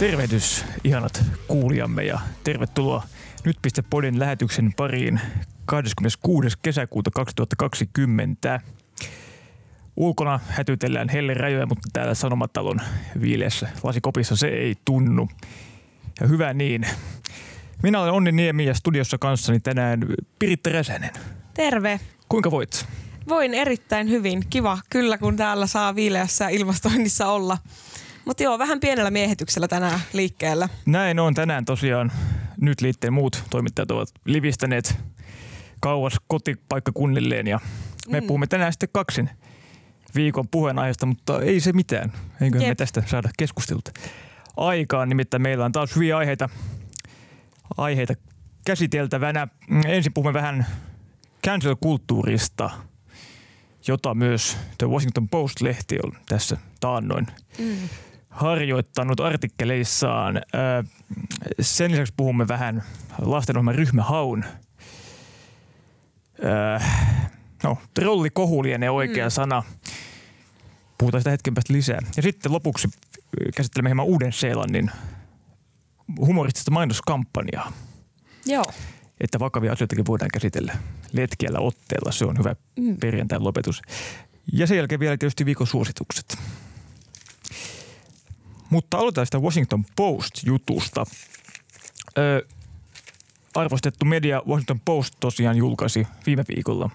Tervehdys ihanat kuulijamme ja tervetuloa Nyt.podin lähetyksen pariin 26. kesäkuuta 2020. Ulkona hätytellään hellerajoja, mutta täällä Sanomatalon viileässä lasikopissa se ei tunnu. Ja hyvä niin. Minä olen Onni Niemi ja studiossa kanssani tänään Piritta Räsänen. Terve. Kuinka voit? Voin erittäin hyvin. Kiva kyllä, kun täällä saa viileässä ilmastoinnissa olla. Mutta joo, vähän pienellä miehityksellä tänään liikkeellä. Näin on tänään tosiaan. Nyt liitteen muut toimittajat ovat livistäneet kauas kotipaikkakunnilleen ja me puhumme tänään sitten kaksin viikon puheenaiheesta, mutta ei se mitään. Eiköhän me tästä saada keskustelua aikaan. Nimittäin meillä on taas hyviä aiheita käsiteltävänä. Ensin puhumme vähän cancel-kulttuurista, jota myös The Washington Post-lehti on tässä taannoin harjoittanut artikkeleissaan. Sen lisäksi puhumme vähän lastenohjelman Ryhmähaun. Trollikohu lienee oikea sana. Puhutaan sitä hetken päästä lisää. Ja sitten lopuksi käsittelemme hieman Uuden-Seelannin humoristista mainoskampanjaa. Joo. Että vakavia asioitakin voidaan käsitellä letkeällä otteella. Se on hyvä perjantain lopetus. Ja sen jälkeen vielä tietysti viikon suositukset. Mutta aloitetaan sitä Washington Post-jutusta. Arvostettu media Washington Post tosiaan julkaisi viime viikolla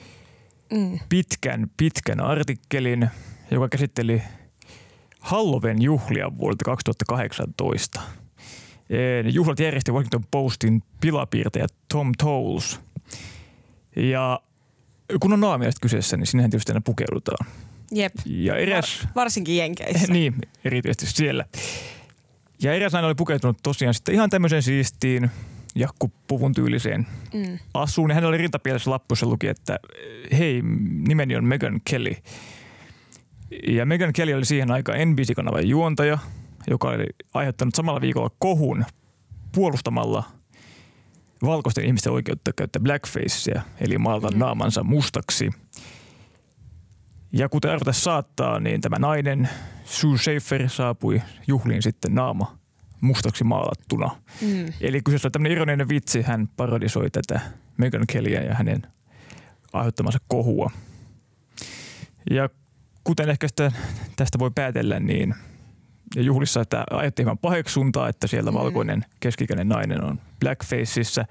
pitkän artikkelin, joka käsitteli Halloween-juhlia vuodelta 2018. Juhlat järjesti Washington Postin pilapiirtäjä Tom Towles. Ja kun on naamiaiset kyseessä, niin sinnehän tietysti aina pukeudutaan. Jep. Ja varsinkin Jenkeissä. Niin, erityisesti siellä. Ja eräs nainen oli pukeutunut tosiaan sitten ihan tämmöiseen siistiin jakkupuvun tyyliseen asuun. Ja hänellä oli rintapielessä lappu, jossa luki, että hei, nimeni on Megyn Kelly. Ja Megyn Kelly oli siihen aikaan NBC-kanavan juontaja, joka oli aiheuttanut samalla viikolla kohun puolustamalla valkoisten ihmisten oikeutta käyttää blackfacea, eli maalata naamansa mustaksi. Ja kuten arvata saattaa, niin tämä nainen, Sue Schaefer, saapui juhliin sitten naama mustaksi maalattuna. Eli kyseessä on tämmöinen ironinen vitsi, hän parodisoi tätä Megyn Kellyä ja hänen aiheuttamansa kohua. Ja kuten ehkä tästä voi päätellä, niin juhlissa tämä aiheutti hieman paheksuntaa, että siellä valkoinen keski-ikäinen nainen on blackfaceissa.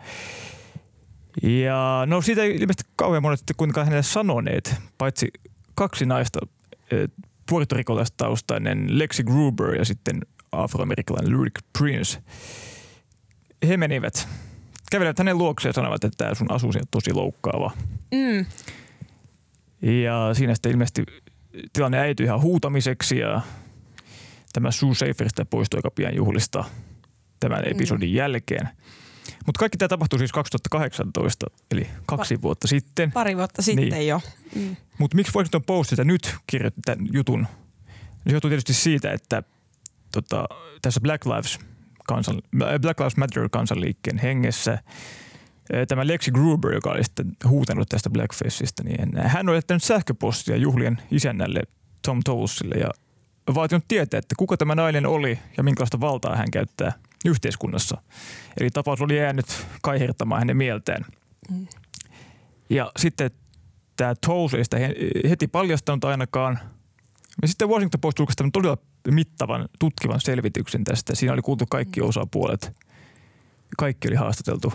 Ja no siitä ei ilmeisesti kauhean monet kuitenkaan hänelle sanoneet, paitsi kaksi naista, puertorikolaistaustainen Lexi Gruber ja sitten afroamerikkalainen Lyric Prince. He kävelivät hänen luokseen ja sanoivat, että tämä sun asusi on tosi loukkaava. Ja siinä sitten ilmeisesti tilanne äityi ihan huutamiseksi ja tämä Sue Schaeferistä poistui aika pian juhlista tämän episodin jälkeen. Mutta kaikki tämä tapahtui siis 2018, eli 2 vuotta sitten. Pari vuotta sitten jo. Mutta miksi Washington Post sitä nyt kirjoitti tämän jutun? Se johtuu tietysti siitä, että tässä Black Lives Matter -kansanliikkeen hengessä tämä Lexi Gruber, joka oli sitten huutanut tästä blackfaceista, niin hän on jättänyt sähköpostia juhlien isännälle Tom Towlesille ja vaatinut tietää, että kuka tämä nainen oli ja minkälaista valtaa hän käyttää yhteiskunnassa. Eli tapaus oli jäänyt kaihertamaan hänen mieltään. Ja sitten tämä Towles ei sitä heti paljastanut ainakaan. Ja sitten Washington Post julkaisi tämän todella mittavan, tutkivan selvityksen tästä. Siinä oli kuultu kaikki osapuolet. Kaikki oli haastateltu.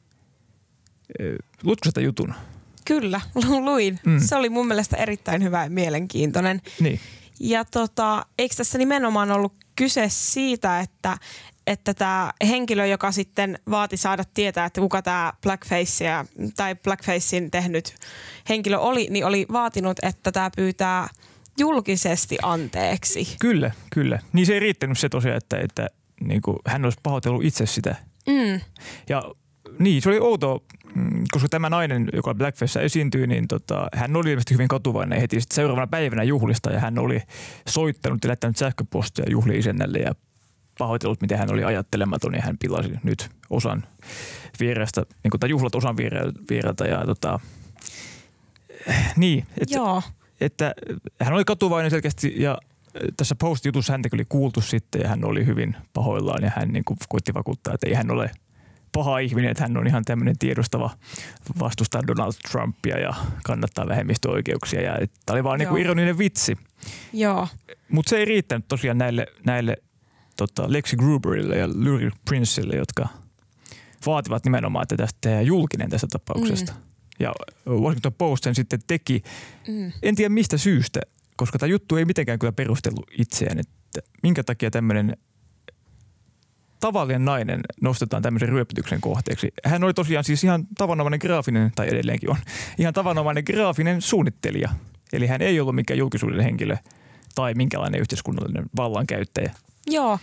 Luitko sitä jutun? Kyllä, luin. Se oli mun mielestä erittäin hyvä ja mielenkiintoinen. Niin. Ja eikö tässä nimenomaan ollut kyse siitä, että tämä henkilö, joka sitten vaati saada tietää, että kuka tämä blackfacein tehnyt henkilö oli, niin oli vaatinut, että tämä pyytää julkisesti anteeksi. Kyllä. Niin se ei riittänyt se tosiaan, että niin kuin hän olisi pahoitellut itse sitä. Ja niin, se oli outoa, koska tämä nainen, joka blackfacessa esiintyi, niin hän oli ilmeisesti hyvin katuvainen heti sitten seuraavana päivänä juhlista ja hän oli soittanut ja lähettänyt sähköpostia juhli-isännälle ja pahoitellut, miten hän oli ajattelematon ja hän pilasi nyt osan vieraista, niin kuin juhlat osan vierailta ja niin, että hän oli katuvainen selkeästi ja tässä Post-jutussa häntä oli kuultu sitten ja hän oli hyvin pahoillaan ja hän niin kuin koitti vakuuttaa, että ei hän ole paha ihminen, että hän on ihan tämmöinen tiedostava, vastustaa Donald Trumpia ja kannattaa vähemmistöoikeuksia. Ja tämä oli vaan niin kuin ironinen vitsi. Joo. Mutta se ei riittänyt tosiaan näille Lexi Gruberille ja Lurie Princelle, jotka vaativat nimenomaan, että tästä tehdään julkinen tästä tapauksesta. Ja Washington Post sen sitten teki. En tiedä mistä syystä, koska tämä juttu ei mitenkään kyllä perustellut itseään, että minkä takia tämmöinen tavallinen nainen nostetaan tämmöisen ryöpytyksen kohteeksi. Hän oli tosiaan siis ihan tavanomainen graafinen, tai edelleenkin on, ihan tavanomainen graafinen suunnittelija. Eli hän ei ollut mikään julkisuuden henkilö tai minkälainen yhteiskunnallinen vallankäyttäjä. Joo,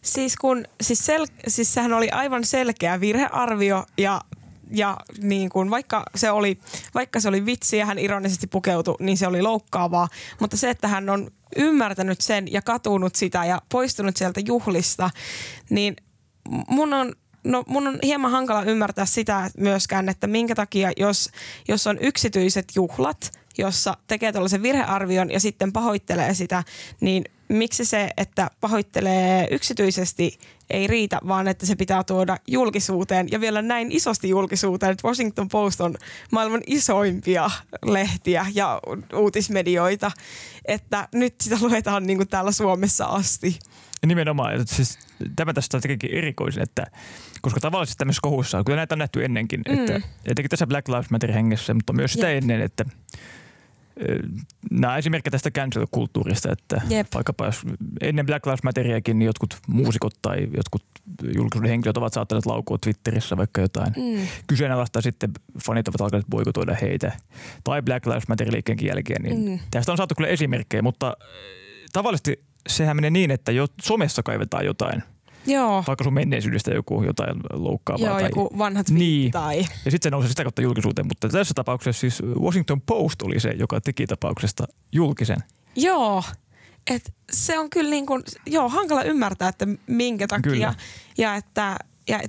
siis sehän oli aivan selkeä virhearvio ja niin kuin vaikka se oli vitsi ja hän ironisesti pukeutui, niin se oli loukkaavaa. Mutta se, että hän on ymmärtänyt sen ja katunut sitä ja poistunut sieltä juhlista, niin mun on hieman hankala ymmärtää sitä myöskään, että minkä takia, jos on yksityiset juhlat, jossa tekee tuollaisen virhearvion ja sitten pahoittelee sitä, niin miksi se, että pahoittelee yksityisesti ei riitä, vaan että se pitää tuoda julkisuuteen ja vielä näin isosti julkisuuteen, että Washington Post on maailman isoimpia lehtiä ja uutismedioita, että nyt sitä luetaan niin kuin täällä Suomessa asti. Nimenomaan. Siis tämä tästä on tietenkin erikoisin, että koska tavallisesti tämmöisessä kohussa, kyllä näitä on nähty ennenkin, että etenkin tässä Black Lives Matter hengessä, mutta myös sitä ennen, että nämä esimerkkejä tästä cancel-kulttuurista, että vaikkapa jos ennen Black Lives Matteriakin niin jotkut muusikot tai jotkut julkisuuden henkilöt ovat saattaneet laukua Twitterissä vaikka jotain kyseenalaista, sitten fanit ovat alkaneet boikotoida heitä. Tai Black Lives Matter-liikkeenkin jälkeen, niin tästä on saatu kyllä esimerkkejä, mutta tavallisesti sehän menee niin, että jo somessa kaivetaan jotain. Joo. Vaikka sun menneisyydestä jotain loukkaavaa. Joo, joku vanha tweet tai. Ja sitten se nousee sitä kautta julkisuuteen, mutta tässä tapauksessa siis Washington Post oli se, joka teki tapauksesta julkisen. Joo, että se on kyllä niin kuin, hankala ymmärtää, että minkä takia. Kyllä. Että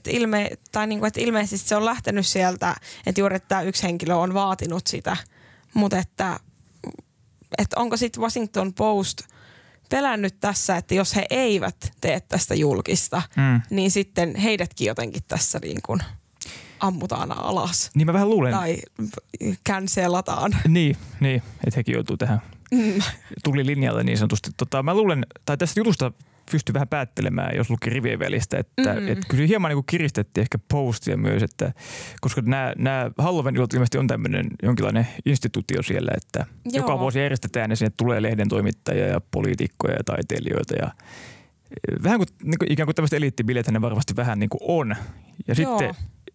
että ilmeisesti se on lähtenyt sieltä, että juuri että tämä yksi henkilö on vaatinut sitä, mutta että onko sitten Washington Post pelännyt tässä, että jos he eivät tee tästä julkista, niin sitten heidätkin jotenkin tässä niin kuin ammutaan alas. Niin mä vähän luulen. Tai cancelataan. Niin, että hekin joutuu tähän tulilinjalle niin sanotusti. Mä luulen, tai tästä jutusta pystyi vähän päättelemään, jos luki rivien välistä, että kyllä hieman niin kuin kiristettiin ehkä Postia myös, että koska nämä Halloween-juhlat ilmeisesti on tämmöinen jonkinlainen instituutio siellä, että joka vuosi järjestetään ja sinne tulee lehden toimittajia ja poliitikkoja ja taiteilijoita ja vähän kuin, ikään kuin tämmöistä eliittibileet ne varmasti vähän niin kuin on. Ja sitten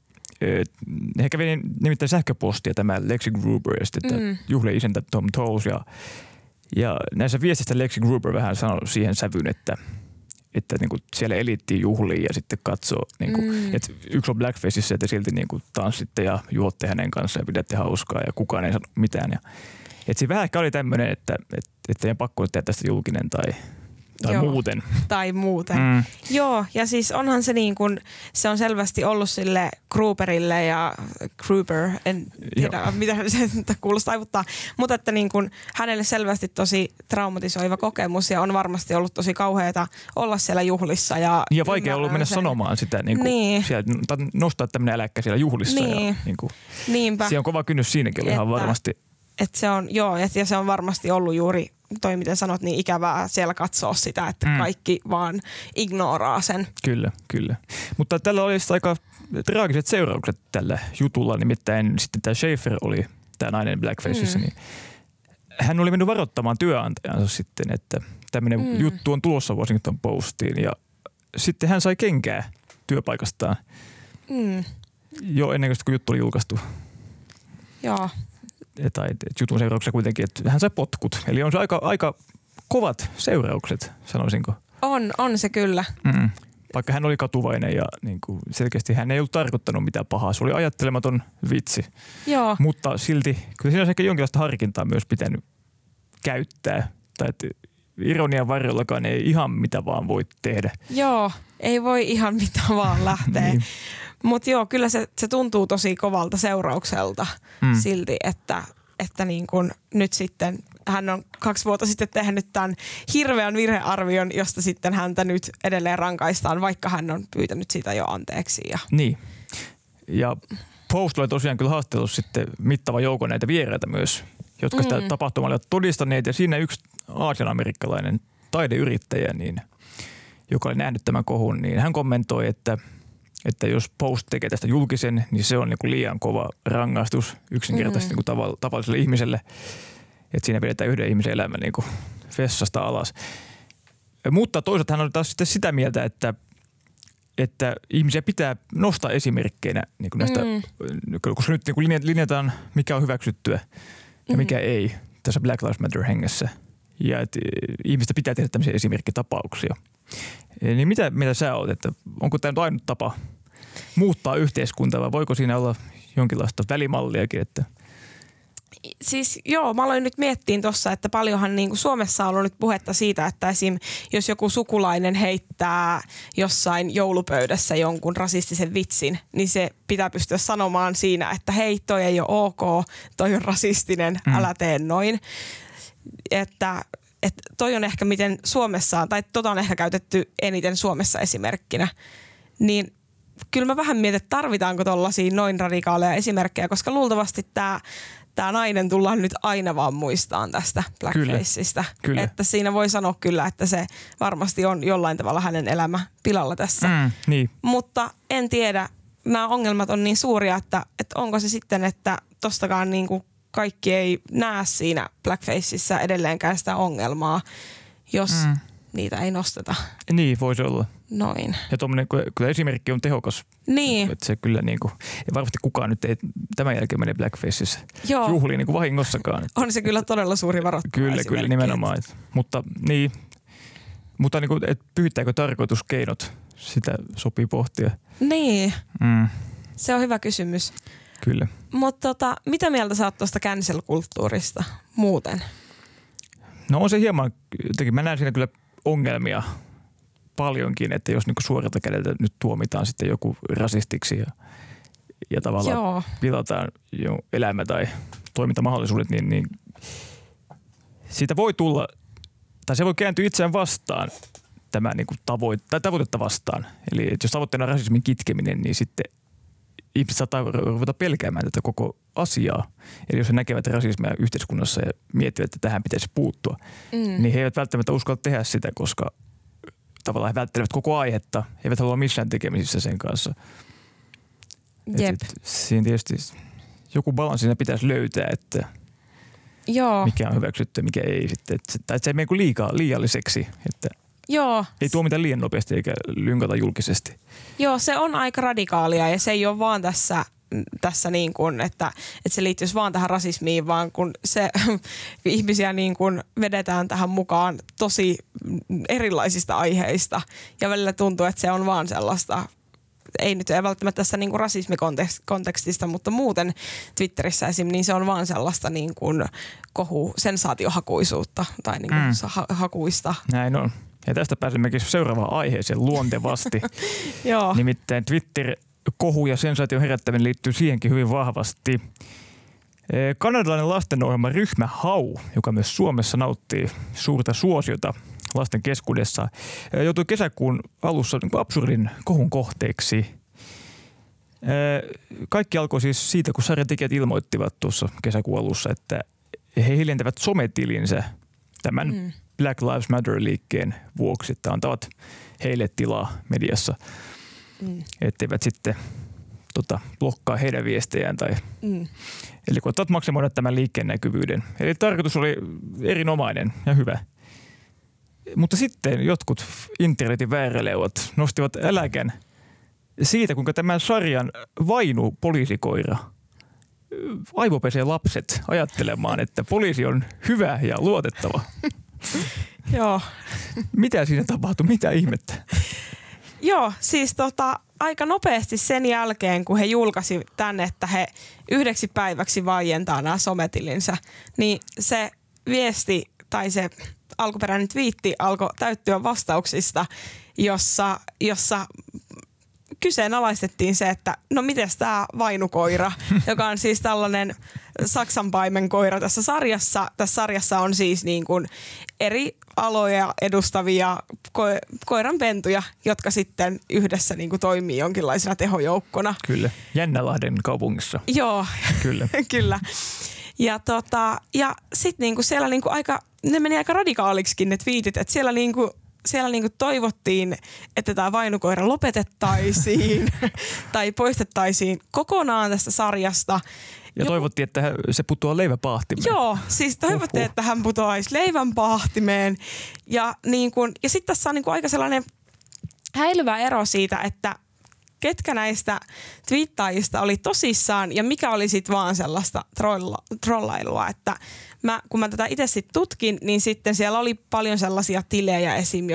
he kävi nimittäin sähköpostia tämä Lexi Gruber ja sitten tämä juhlien isäntä Tom Towles ja näissä viestistä Lexi Gruber vähän sanoi siihen sävyyn, että niin kuin siellä eliittiin juhliin ja sitten katsoo, niin kuin, että yksi on blackfaceissa, että silti niin kuin tanssitte ja juotte hänen kanssaan ja pidätte hauskaa ja kukaan ei sano mitään. Ja, että siinä vähän ehkä oli tämmöinen, että ei pakko tehdä tästä julkinen tai muuten. Tai muuten. Joo, ja siis onhan se niin kuin, se on selvästi ollut sille Gruberille ja Gruber, en tiedä mitä se kuulostaa taivuttaa, mutta että niin kuin hänelle selvästi tosi traumatisoiva kokemus ja on varmasti ollut tosi kauheata olla siellä juhlissa. Ja vaikea ollut mennä sanomaan sitä, niin. Siellä, nostaa tämmöinen äläkkä siellä juhlissa. Niin. Ja, niin kuin, siinä on kova kynnys siinäkin ihan varmasti. Että se on, ja se on varmasti ollut juuri toi, miten sanot, niin ikävää siellä katsoa sitä, että kaikki vaan ignoraa sen. Kyllä. Mutta tällä oli aika traagiset seuraukset tällä jutulla, nimittäin sitten tämä Schaefer oli tämä nainen blackfaceissa, niin hän oli mennyt varoittamaan työnantajansa sitten, että tämmöinen juttu on tulossa Washington Postiin ja sitten hän sai kenkää työpaikastaan jo ennen kuin juttu oli julkaistu. Joo. Tai jutun seurauksessa kuitenkin, että hän sai potkut. Eli on se aika kovat seuraukset, sanoisinko. On se kyllä. Vaikka hän oli katuvainen ja niin kuin selkeästi hän ei ollut tarkoittanut mitään pahaa. Se oli ajattelematon vitsi. Joo. Mutta silti, kyllä siinä olisi ehkä jonkinlaista harkintaa myös pitänyt käyttää. Tai että ironian varjollakaan ei ihan mitä vaan voi tehdä. Joo, ei voi ihan mitä vaan lähteä. Niin. Mutta joo, kyllä se tuntuu tosi kovalta seuraukselta silti, että niin kun nyt sitten hän on 2 vuotta sitten tehnyt tämän hirveän virhearvion, josta sitten häntä nyt edelleen rankaistaan, vaikka hän on pyytänyt sitä jo anteeksi. Niin. Ja Post oli tosiaan kyllä haastellut sitten mittava joukko näitä vieraita myös, jotka sitä tapahtumaa olivat todistaneet. Ja siinä yksi aasian-amerikkalainen taideyrittäjä, niin, joka oli nähnyt tämän kohun, niin hän kommentoi, että jos Post tekee tästä julkisen, niin se on niin kuin liian kova rangaistus yksinkertaisesti niin kuin tavalliselle ihmiselle. Että siinä vedetään yhden ihmisen elämä niin kuin vessasta alas. Mutta toisaalta hän oli taas sitten sitä mieltä, että ihmisiä pitää nostaa esimerkkeinä niin kuin näistä, koska nyt niin kuin linjataan, mikä on hyväksyttyä ja mikä ei tässä Black Lives Matter hengessä. Ja että ihmistä pitää tehdä tämmöisiä esimerkkitapauksia. Niin mitä sä oot, että onko tämä nyt ainut tapa muuttaa yhteiskuntaa vai voiko siinä olla jonkinlaista välimalliakin? Että Siis joo, mä aloin nyt miettiä tuossa, että paljonhan niin kuin Suomessa on ollut nyt puhetta siitä, että esim. Jos joku sukulainen heittää jossain joulupöydässä jonkun rasistisen vitsin, niin se pitää pystyä sanomaan siinä, että hei, toi ei ole ok, toi on rasistinen, älä tee noin. Että toi on ehkä miten Suomessa, tai tota on ehkä käytetty eniten Suomessa esimerkkinä, niin kyllä mä vähän mietin, että tarvitaanko tollaisia noin radikaaleja esimerkkejä, koska luultavasti tämä nainen tullaan nyt aina vaan muistaan tästä blackfaceista. Kyllä. Että siinä voi sanoa kyllä, että se varmasti on jollain tavalla hänen elämä pilalla tässä. Niin. Mutta en tiedä, nämä ongelmat on niin suuria, että onko se sitten, että tostakaan niin kuin kaikki ei näe siinä blackfaceissa edelleenkään sitä ongelmaa, jos niitä ei nosteta. Niin, voisi olla. Noin. Ja tuommoinen kyllä esimerkki on tehokas. Niin. Että se kyllä niin kuin, ja varmasti kukaan nyt ei tämän jälkeen mene blackfaceissa juhliin niin kuin vahingossakaan. On se kyllä todella suuri varoittava esimerkki. Kyllä, nimenomaan. Mutta niin kuin, että pyhittääkö tarkoituskeinot, sitä sopii pohtia. Niin. Se on hyvä kysymys. Kyllä. Mutta mitä mieltä sä oot tuosta cancel-kulttuurista muuten? No on se hieman, jotenkin mä näen siinä kyllä ongelmia paljonkin, että jos niinku suorilta kädeltä nyt tuomitaan sitten joku rasistiksi ja tavallaan pilataan jo elämä tai toimintamahdollisuudet, niin siitä voi tulla, tai se voi kääntyä itseään vastaan tämä niinku tavoitetta vastaan. Eli jos tavoitteena on rasismin kitkeminen, niin sitten ihmiset saattaa ruveta pelkäämään tätä koko asiaa. Eli jos he näkevät rasismia yhteiskunnassa ja miettivät, että tähän pitäisi puuttua, niin he eivät välttämättä uskalla tehdä sitä, koska tavallaan he välttelevät koko aihetta. He eivät halua missään tekemisissä sen kanssa. Jep. Siinä tietysti joku balanssi siinä pitäisi löytää, että mikä on hyväksytty ja mikä ei. Tai se ei mene liialliseksi, että ei tuomita liian nopeasti eikä lynkata julkisesti. Joo, se on aika radikaalia ja se ei ole vaan tässä niin kuin, että se liittyisi vaan tähän rasismiin, vaan kun se ihmisiä niin kuin vedetään tähän mukaan tosi erilaisista aiheista ja välillä tuntuu, että se on vaan sellaista, ei nyt välttämättä tässä niin kuin rasismikontekstista, mutta muuten Twitterissä esim. Niin se on vaan sellaista niin kuin sensaatiohakuisuutta tai niin kuin hakuista. Näin on. Ja tästä pääsemmekin seuraavaan aiheeseen luontevasti. Joo. Nimittäin Twitter-kohu ja sensaation herättäminen liittyy siihenkin hyvin vahvasti. Kanadalainen lastenohjelma Ryhmä Hau, joka myös Suomessa nauttii suurta suosiota lasten keskuudessa, joutui kesäkuun alussa absurdin kohun kohteeksi. Kaikki alkoi siis siitä, kun sarjatekijät ilmoittivat tuossa kesäkuun alussa, että he hiljentävät sometilinsä tämän Black Lives Matter-liikkeen vuoksi, että antavat heille tilaa mediassa, etteivät sitten blokkaa heidän viestejään. Eli kun otat maksimoida tämän liikkeen näkyvyyden. Eli tarkoitus oli erinomainen ja hyvä. Mutta sitten jotkut internetin vääräilevät nostivat äläkän siitä, kuinka tämän sarjan vainu poliisikoira aivopesee lapset ajattelemaan, että poliisi on hyvä ja luotettava. Joo. Mitä siinä tapahtui? Mitä ihmettä? Joo, siis aika nopeasti sen jälkeen, kun he julkaisi tänne, että he 1 päiväksi vaientaa nämä sometilinsä, niin se viesti tai se alkuperäinen twiitti alkoi täyttyä vastauksista, jossa kyseenalaistettiin se, että no mites tämä vainukoira, joka on siis tällainen saksanpaimen koira tässä sarjassa. Tässä sarjassa on siis niin kuin eri aloja edustavia koiranpentuja, jotka sitten yhdessä niin kuin toimii jonkinlaisena tehojoukkona. Kyllä, Jännälahden kaupungissa. Joo, kyllä. kyllä. Ja sitten niinku siellä niinku ne meni aika radikaaliksikin ne twiitit, että siellä niinku toivottiin, että tämä vainukoira lopetettaisiin tai poistettaisiin kokonaan tästä sarjasta. Ja toivottiin, että se putoaa leiväpahtimeen. Joo, siis toivottiin, että hän putoaisi leivänpahtimeen. Ja sitten tässä on niinku aika sellainen häilyvä ero siitä, että ketkä näistä twiittaajista oli tosissaan ja mikä oli sitten vaan sellaista trollailua, että kun mä tätä itse sitten tutkin, niin sitten siellä oli paljon sellaisia tilejä esim.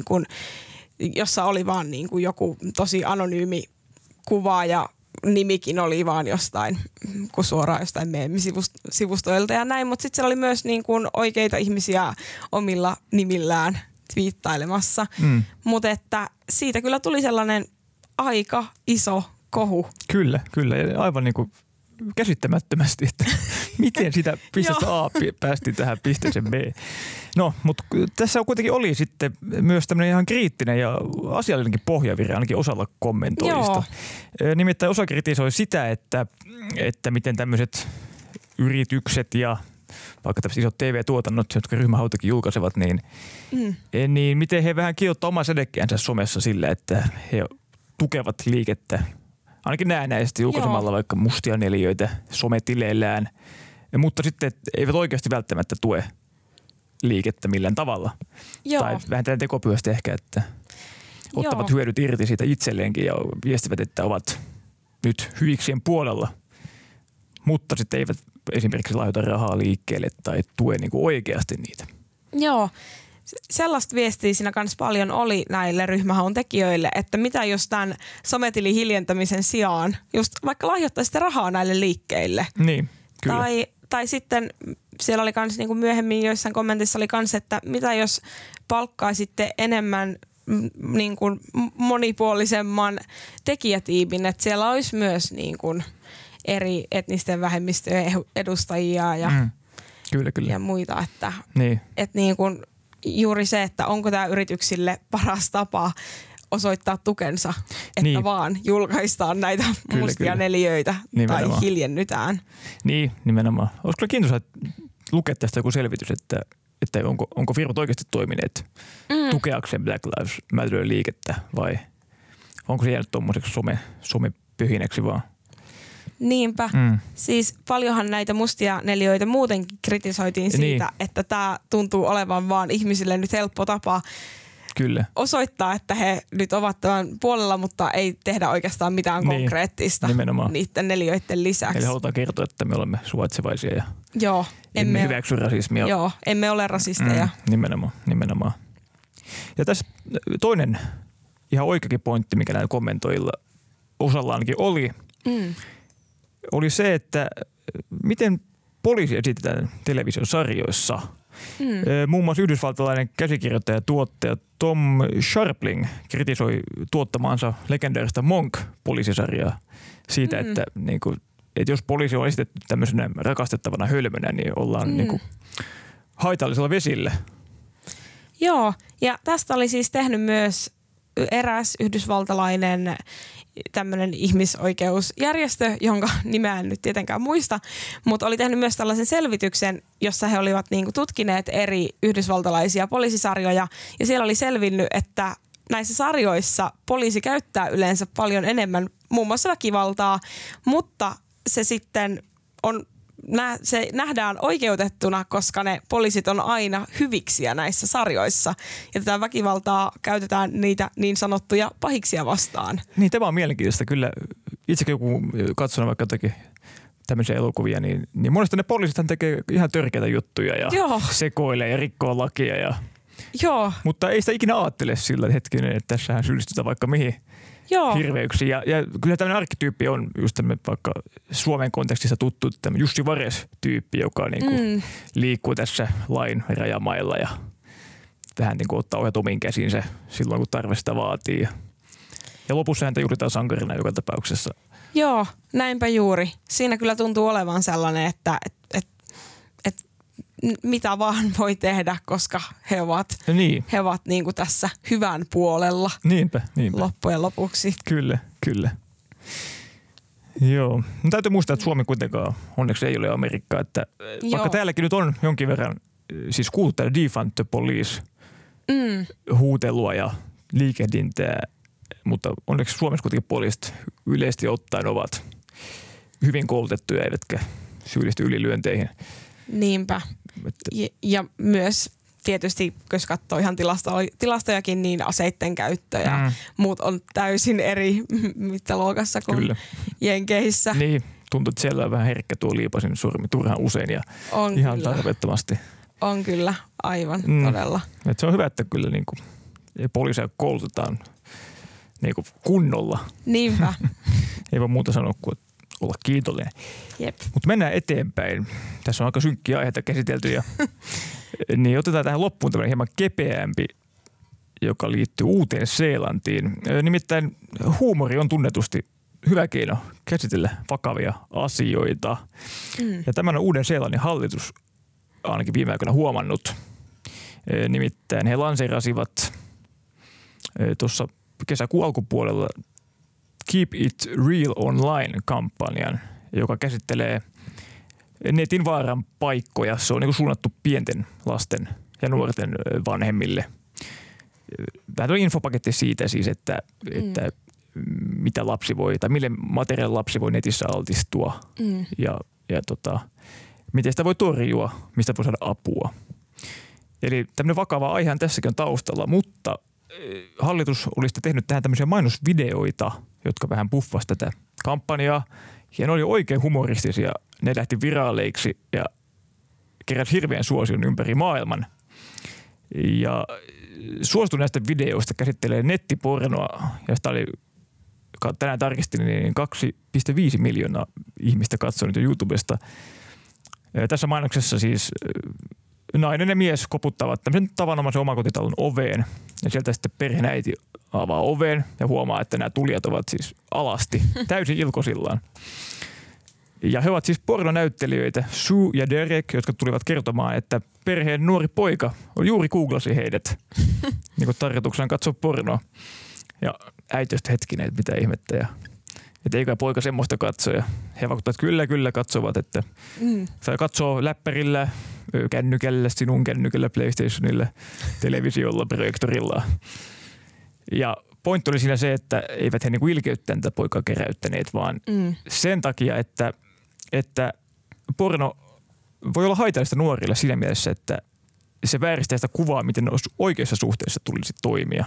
Jossa oli vaan joku tosi anonyymi kuva ja nimikin oli vaan jostain, kun suoraan jostain meemisivustoilta ja näin, mutta sitten siellä oli myös oikeita ihmisiä omilla nimillään twiittailemassa, mutta että siitä kyllä tuli sellainen aika iso kohu. Kyllä. Ja aivan niin kuin käsittämättömästi, että miten sitä pisteestä A päästiin tähän pisteeseen B. No, mutta tässä kuitenkin oli sitten myös tämmöinen ihan kriittinen ja asiallinenkin pohjavire ainakin osalla kommentoijista. Nimittäin osa kritisoi sitä, että miten tämmöiset yritykset ja vaikka tämmöiset isot TV-tuotannot, jotka Ryhmähautakin julkaisevat, niin miten he vähän kiottaa omaa sädekkäänsä somessa sillä, että he tukevat liikettä, ainakin näennäisesti julkaisemalla vaikka mustia neliöitä sometileillään, mutta sitten eivät oikeasti välttämättä tue liikettä millään tavalla. Joo. Tai vähintään tekopyhästi ehkä, että ottavat hyödyt irti siitä itselleenkin ja viestivät, että ovat nyt hyviksien puolella, mutta sitten eivät esimerkiksi lahjoita rahaa liikkeelle tai tue niin kuin oikeasti niitä. Joo. Sellaista viestiä siinä kanssa paljon oli näille Ryhmähaun tekijöille, että mitä jos tämän sometilin hiljentämisen sijaan just vaikka lahjoittaisitte rahaa näille liikkeille. Niin, kyllä. Tai sitten siellä oli kans niin kuin myöhemmin joissain kommentissa oli kans, että mitä jos palkkaisitte enemmän niin kuin monipuolisemman tekijätiimin, että siellä olisi myös niin kuin eri etnisten vähemmistöjen edustajia ja, kyllä. ja muita, että niin kuin juuri se, että onko tämä yrityksille paras tapa osoittaa tukensa, että vaan julkaistaan näitä mustia neliöitä nimenomaan. Tai hiljennytään. Niin, nimenomaan. Olisiko kyllä kiintoista lukea tästä joku selvitys, että onko firmat oikeasti toimineet tukeakseen Black Lives Matter -liikettä vai onko se jäänyt tuommoiseksi somepyhinäksi vaan? Niinpä. Siis paljonhan näitä mustia neliöitä muutenkin kritisoitiin siitä, että tämä tuntuu olevan vaan ihmisille nyt helppo tapa osoittaa, että he nyt ovat tämän puolella, mutta ei tehdä oikeastaan mitään konkreettista niiden neliöiden lisäksi. Eli halutaan kertoa, että me olemme suvaitsevaisia ja emme hyväksy rasismia. Joo, emme ole rasisteja. Nimenomaan. Ja tässä toinen ihan oikeakin pointti, mikä näillä kommentoilla osalla ainakin oli se, että miten poliisi esitetään televisiosarjoissa. Muun muassa yhdysvaltalainen käsikirjoittaja ja tuottaja Tom Scharpling kritisoi tuottamaansa legendaarista Monk-poliisisarjaa siitä, että jos poliisi on esitetty tämmöisenä rakastettavana hölmönä, niin ollaan haitallisella vesillä. Joo, ja tästä oli siis tehnyt myös eräs yhdysvaltalainen tämmöinen ihmisoikeusjärjestö, jonka nimeä en nyt tietenkään muista, mutta oli tehnyt myös tällaisen selvityksen, jossa he olivat tutkineet eri yhdysvaltalaisia poliisisarjoja ja siellä oli selvinnyt, että näissä sarjoissa poliisi käyttää yleensä paljon enemmän muun muassa väkivaltaa, mutta se sitten se nähdään oikeutettuna, koska ne poliisit on aina hyviksiä näissä sarjoissa. Ja tätä väkivaltaa käytetään niitä niin sanottuja pahiksia vastaan. Niin, tämä on mielenkiintoista. Kyllä itsekin joku katsonut vaikka jotakin tämmöisiä elokuvia, niin monesti ne poliisithan tekee ihan törkeitä juttuja ja sekoilee ja rikkoo lakia. Mutta ei sitä ikinä ajattele sillä hetkellä, että tässähän syyllistytään vaikka mihin. Hirveyksiin. Ja kyllä tämmöinen arkkityyppi on just tämmöinen vaikka Suomen kontekstissa tuttu tämmöinen Jussi Vares-tyyppi, joka liikkuu tässä lain rajamailla ja vähän ottaa ohjat omiin käsiinsä silloin, kun tarve sitä vaatii. Ja lopussa häntä juuritaan sankarina joka tapauksessa. Joo, näinpä juuri. Siinä kyllä tuntuu olevan sellainen, että mitä vaan voi tehdä, koska he ovat niin kuin tässä hyvän puolella. Niinpä. Loppujen lopuksi. Kyllä. Joo. No, täytyy muistaa, että Suomi kuitenkaan onneksi ei ole Amerikkaa. Että vaikka täälläkin nyt on jonkin verran siis kuultu täällä defund the police huutelua ja liikehdintää, mutta onneksi Suomessa kuitenkin poliisit yleisesti ottaen ovat hyvin koulutettuja eivätkä syyllisty ylilyönteihin. Niinpä. Ja myös tietysti, jos katsoo ihan tilastojakin, niin aseitten käyttö ja muut on täysin eri mittaluokassa kuin Kyllä. Jenkeissä. Niin, tuntuu, että siellä on vähän herkkä tuo liipasin sormi turhaan usein ja on ihan kyllä. tarpeettomasti. On kyllä, aivan todella. Et se on hyvä, että kyllä niinku poliiseja koulutetaan niinku kunnolla. Niinpä. Ei voi muuta sanoa kuin olla kiitollinen. Jep. Mutta mennään eteenpäin. Tässä on aika synkkiä aiheita käsitelty ja niin otetaan tähän loppuun tämmöinen hieman kepeämpi, joka liittyy Uuteen-Seelantiin. Nimittäin huumori on tunnetusti hyvä keino käsitellä vakavia asioita. Ja tämän on Uuden-Seelannin hallitus ainakin viime aikoina huomannut. Nimittäin he lanseerasivat tuossa kesäkuun alkupuolella Keep It Real Online-kampanjan, joka käsittelee netin vaaran paikkoja. Se on niin kuin suunnattu pienten lasten ja nuorten vanhemmille. Vähän on infopaketti siitä siis, että mitä lapsi voi tai mille materiaalille lapsi voi netissä altistua ja miten sitä voi torjua, mistä voi saada apua. Eli tämmöinen vakava aihe tässäkin on taustalla, mutta hallitus olisi tehnyt tähän tämmöisiä mainosvideoita, jotka vähän buffasi tätä kampanjaa. Ja ne oli oikein humoristisia. Ne lähti viraaleiksi ja keräsi hirveän suosion ympäri maailman. Ja suosituin näistä videoista käsittelee nettipornoa, josta oli tänään tarkistin, niin 2,5 miljoonaa ihmistä katsoi niitä YouTubesta. Tässä mainoksessa siis nainen ja mies koputtavat tämmöisen tavanomaisen omakotitalon oveen ja sieltä sitten perheenäiti avaa oveen ja huomaa, että nämä tulijat ovat siis alasti, täysin ilkosillaan. Ja he ovat siis pornonäyttelijöitä, Sue ja Derek, jotka tulivat kertomaan, että perheen nuori poika juuri googlasi heidät niin kuin tarkoituksena katsoa pornoa. Ja äiti on hetkinen, että mitä ihmettä ja että eikö poika semmoista katso. Ja he vakuuttavat, että kyllä katsovat, että saa katsoa läppärillä, kännykällä, sinun kännykällä, PlayStationilla, televisiolla, projektorilla. Ja pointti oli siinä se, että eivät he niinku ilkeyttään tätä poikaa keräyttäneet, vaan sen takia, että porno voi olla haitallista nuorille siinä mielessä, että se vääristää sitä kuvaa, miten oikeassa suhteessa tulisi toimia.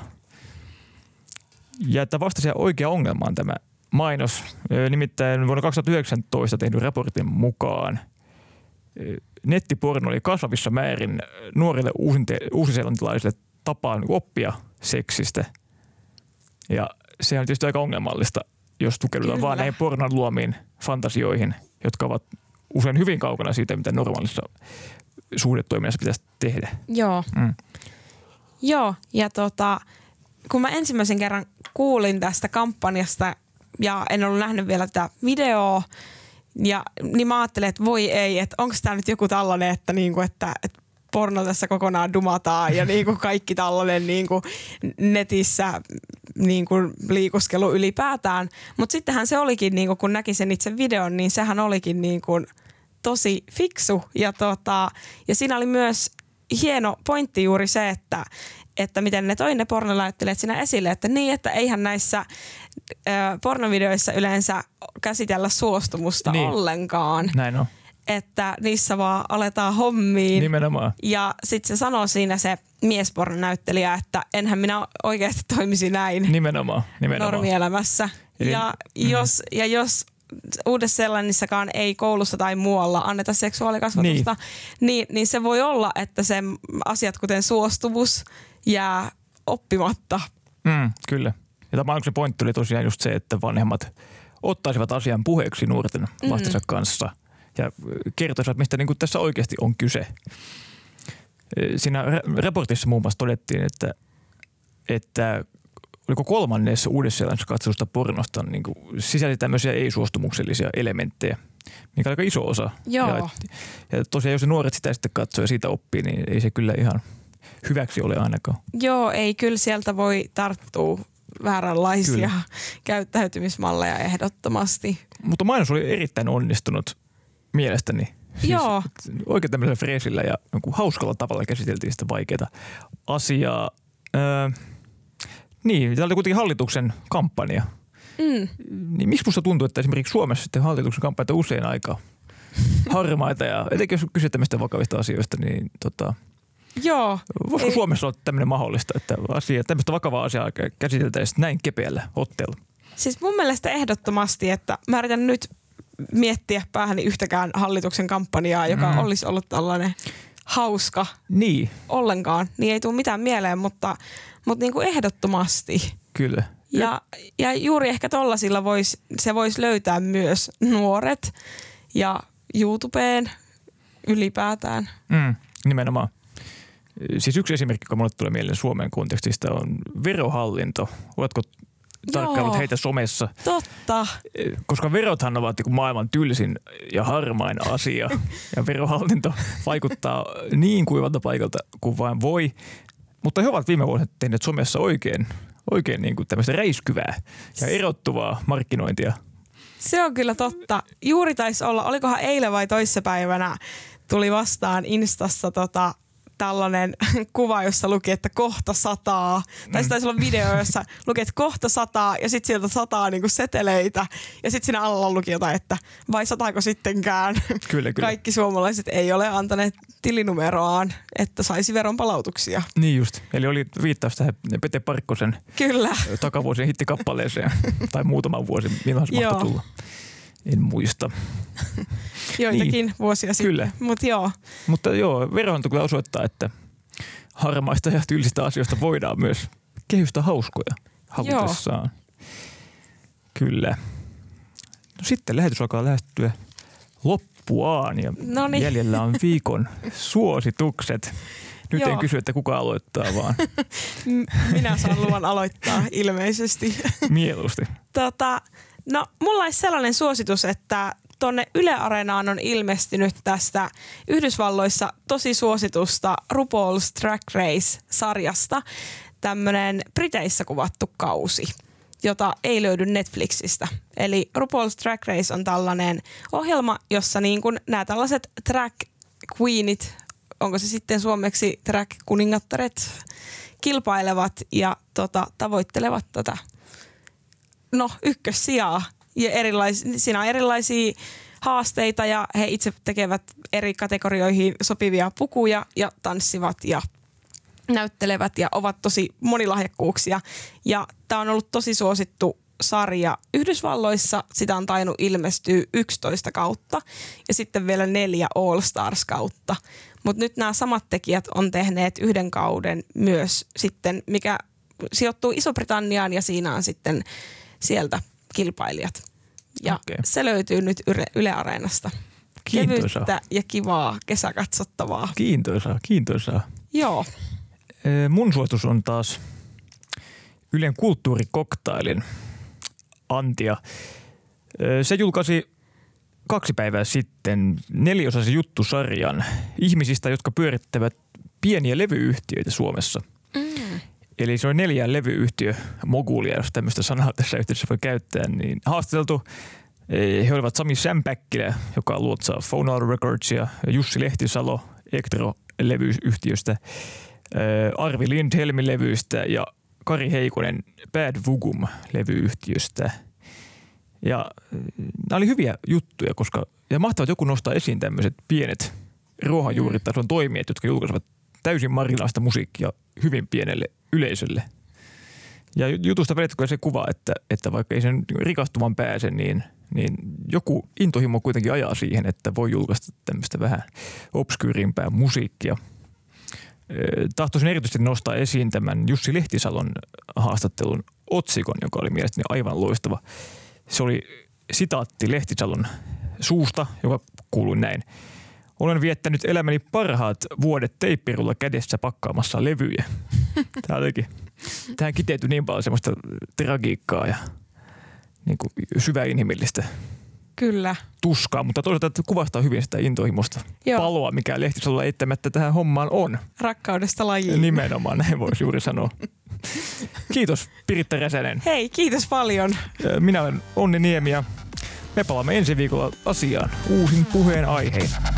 Ja että vastasi oikea ongelmaan tämä mainos. Nimittäin vuonna 2019 tehdyn raportin mukaan nettiporno oli kasvavissa määrin nuorille uusiseelantilaisille tapaan oppia seksistä. Ja se on tietysti aika ongelmallista, jos tukeudutaan vaan näihin pornon luomiin fantasioihin, jotka ovat usein hyvin kaukana siitä, mitä normaalissa suhdetoiminnassa pitäisi tehdä. Joo. Joo, ja kun mä ensimmäisen kerran kuulin tästä kampanjasta ja en ollut nähnyt vielä tätä videoa, niin mä ajattelin, että voi ei, että onko tämä nyt joku tällainen, että porno tässä kokonaan dumataan ja niinku kaikki tällainen niinku netissä niinku liikuskelu ylipäätään. Mutta sittenhän se olikin, niinku, kun näki sen itse videon, niin sehän olikin niinku tosi fiksu. Ja siinä oli myös hieno pointti juuri se, että miten ne toi ne pornonäyttelijät siinä esille, että niin, että eihän näissä pornovideoissa yleensä käsitellä suostumusta ollenkaan. Näin on. Että niissä vaan aletaan hommiin. Nimenomaan. Ja sitten se sanoo siinä se miespornonäyttelijä, että enhän minä oikeasti toimisi näin. Nimenomaan. Normielämässä. Eli, jos Uudessa-Seelannissakaan ei koulussa tai muualla anneta seksuaalikasvatusta, niin se voi olla, että se asiat kuten suostumus jää oppimatta. Kyllä. Ja tämä se pointti oli tosiaan just se, että vanhemmat ottaisivat asian puheeksi nuorten lastensa kanssa ja kertoisivat, mistä niin kuin tässä oikeasti on kyse. Siinä raportissa muun muassa todettiin, että oliko 3. Uudessa-Seelannissa katsotusta pornosta niin sisälsi tämmöisiä ei-suostumuksellisia elementtejä, mikä on aika iso osa. Joo. Ja tosiaan, jos ne nuoret sitä sitten katsoo ja siitä oppii, niin ei se kyllä ihan hyväksi ole ainakaan. Joo, ei kyllä sieltä voi tarttua vääränlaisia käyttäytymismalleja ehdottomasti. Mutta mainos oli erittäin onnistunut mielestäni. Joo. Siis oikein tämmöisellä freesillä ja hauskalla tavalla käsiteltiin sitä vaikeaa asiaa. Niin, tämä oli kuitenkin hallituksen kampanja. Niin miksi musta tuntuu, että esimerkiksi Suomessa sitten hallituksen kampanjat usein aika harmaita ja etenkin jos kysyt tämmöistä vakavista asioista, niin Joo. voisiko Suomessa olla tämmöinen mahdollista, että tämmöistä vakavaa asiaa käsiteltäisiin näin kepeällä otteella? Siis mun mielestä ehdottomasti, että mä yritän nyt miettiä päähäni yhtäkään hallituksen kampanjaa, joka olisi ollut tällainen hauska ollenkaan. Niin ei tule mitään mieleen, mutta niin kuin ehdottomasti. Kyllä. Ja juuri ehkä tollasilla se voisi löytää myös nuoret ja YouTubeen ylipäätään. Nimenomaan. Siis yksi esimerkki, joka mulle tulee mieleen Suomen kontekstista, on verohallinto. Oletko tarkkaillut heitä somessa? Totta. Koska verothan ovat maailman tylsin ja harmain asia. Ja verohallinto vaikuttaa niin kuivalta paikalta kuin vain voi. Mutta he ovat viime vuosina tehneet somessa oikein niin kuin tämmöistä räiskyvää ja erottuvaa markkinointia. Se on kyllä totta. Juuri taisi olla, olikohan eilen vai toissapäivänä, tuli vastaan Instassa tällainen kuva, jossa luki, että kohta 100. Tai taisi olla video, jossa luki, että kohta 100 ja sitten sieltä 100 niinku seteleitä. Ja sitten siinä alla luki jotain, että vai 100ko sittenkään. Kyllä. Kaikki suomalaiset ei ole antaneet tilinumeroaan, että saisi veronpalautuksia. Niin just. Eli oli viittaus tähän Pete Parkkosen takavuosien hittikappaleeseen. Tai muutaman vuosi, milloin se mahtoi tulla. En muista. Joitakin vuosia sitten. Kyllä. Mutta verohallinto kyllä osoittaa, että harmaista ja tylsistä asioista voidaan myös kehystää hauskoja halutessaan. Kyllä. No sitten lähetys alkaa lähestyä loppuaan ja jäljellä on viikon suositukset. Nyt en kysy, että kuka aloittaa, vaan minä saan luvan aloittaa ilmeisesti. Mieluusti. No, mulla olisi sellainen suositus, että tonne Yle Areenaan on ilmestynyt tästä Yhdysvalloissa tosi suositusta RuPaul's Drag Race-sarjasta tämmönen Briteissä kuvattu kausi, jota ei löydy Netflixistä. Eli RuPaul's Drag Race on tällainen ohjelma, jossa niin kuin nämä tällaiset drag queenit, onko se sitten suomeksi drag kuningattaret, kilpailevat ja tavoittelevat tätä ykkössijaa. Ja siinä on erilaisia haasteita ja he itse tekevät eri kategorioihin sopivia pukuja ja tanssivat ja näyttelevät ja ovat tosi monilahjakkuuksia. Ja tämä on ollut tosi suosittu sarja Yhdysvalloissa. Sitä on tainnut ilmestyä 11 kautta ja sitten vielä 4 All Stars kautta. Mutta nyt nämä samat tekijät on tehneet yhden kauden myös sitten, mikä sijoittuu Iso-Britanniaan ja siinä on sitten sieltä kilpailijat. Ja se löytyy nyt Yle Areenasta. Kiintoisaa. Kevyttä ja kivaa kesäkatsottavaa. Kiintoisaa. Joo. Mun suositus on taas Ylen kulttuurikoktailin antia. Se julkaisi 2 päivää sitten 4-osaisen juttusarjan ihmisistä, jotka pyörittävät pieniä levyyhtiöitä Suomessa. Eli se on 4 levyyhtiö mogulia, jos tämmöistä sanaa tässä yhteydessä voi käyttää, niin haastateltu. He olivat Sami Sämpäkkilä, joka luotsaa Phonoil Recordsia, Jussi Lehtisalo Ektro-levyyhtiöstä, Arvi Lind Helmi-levyistä ja Kari Heikonen Bad Vugum-levyyhtiöstä. Ja nämä oli hyviä juttuja, ja mahtavat joku nostaa esiin tämmöiset pienet ruohonjuuritason toimijat, jotka julkaisivat täysin marginaalista musiikkia hyvin pienelle yleisölle. Ja jutusta vedetään se kuva, että vaikka ei sen rikastumaan pääse, niin joku intohimo kuitenkin ajaa siihen, että voi julkaista tämmöistä vähän obskyyrimpää musiikkia. Tahtoisin erityisesti nostaa esiin tämän Jussi Lehtisalon haastattelun otsikon, joka oli mielestäni aivan loistava. Se oli sitaatti Lehtisalon suusta, joka kuului näin. Olen viettänyt elämäni parhaat vuodet teippirulla kädessä pakkaamassa levyjä. Tähän kiteytyi niin paljon semmoista tragiikkaa ja niin kuin syvää inhimillistä Kyllä. tuskaa, mutta toisaalta kuvastaa hyvin sitä intohimosta paloa, mikä Lehtisalulla eittämättä tähän hommaan on. Rakkaudesta lajiin. Nimenomaan, näin voisi juuri sanoa. Kiitos Piritta Räsänen. Hei, kiitos paljon. Minä olen Onni Niemi ja me palaamme ensi viikolla asiaan uusin puheen aihein.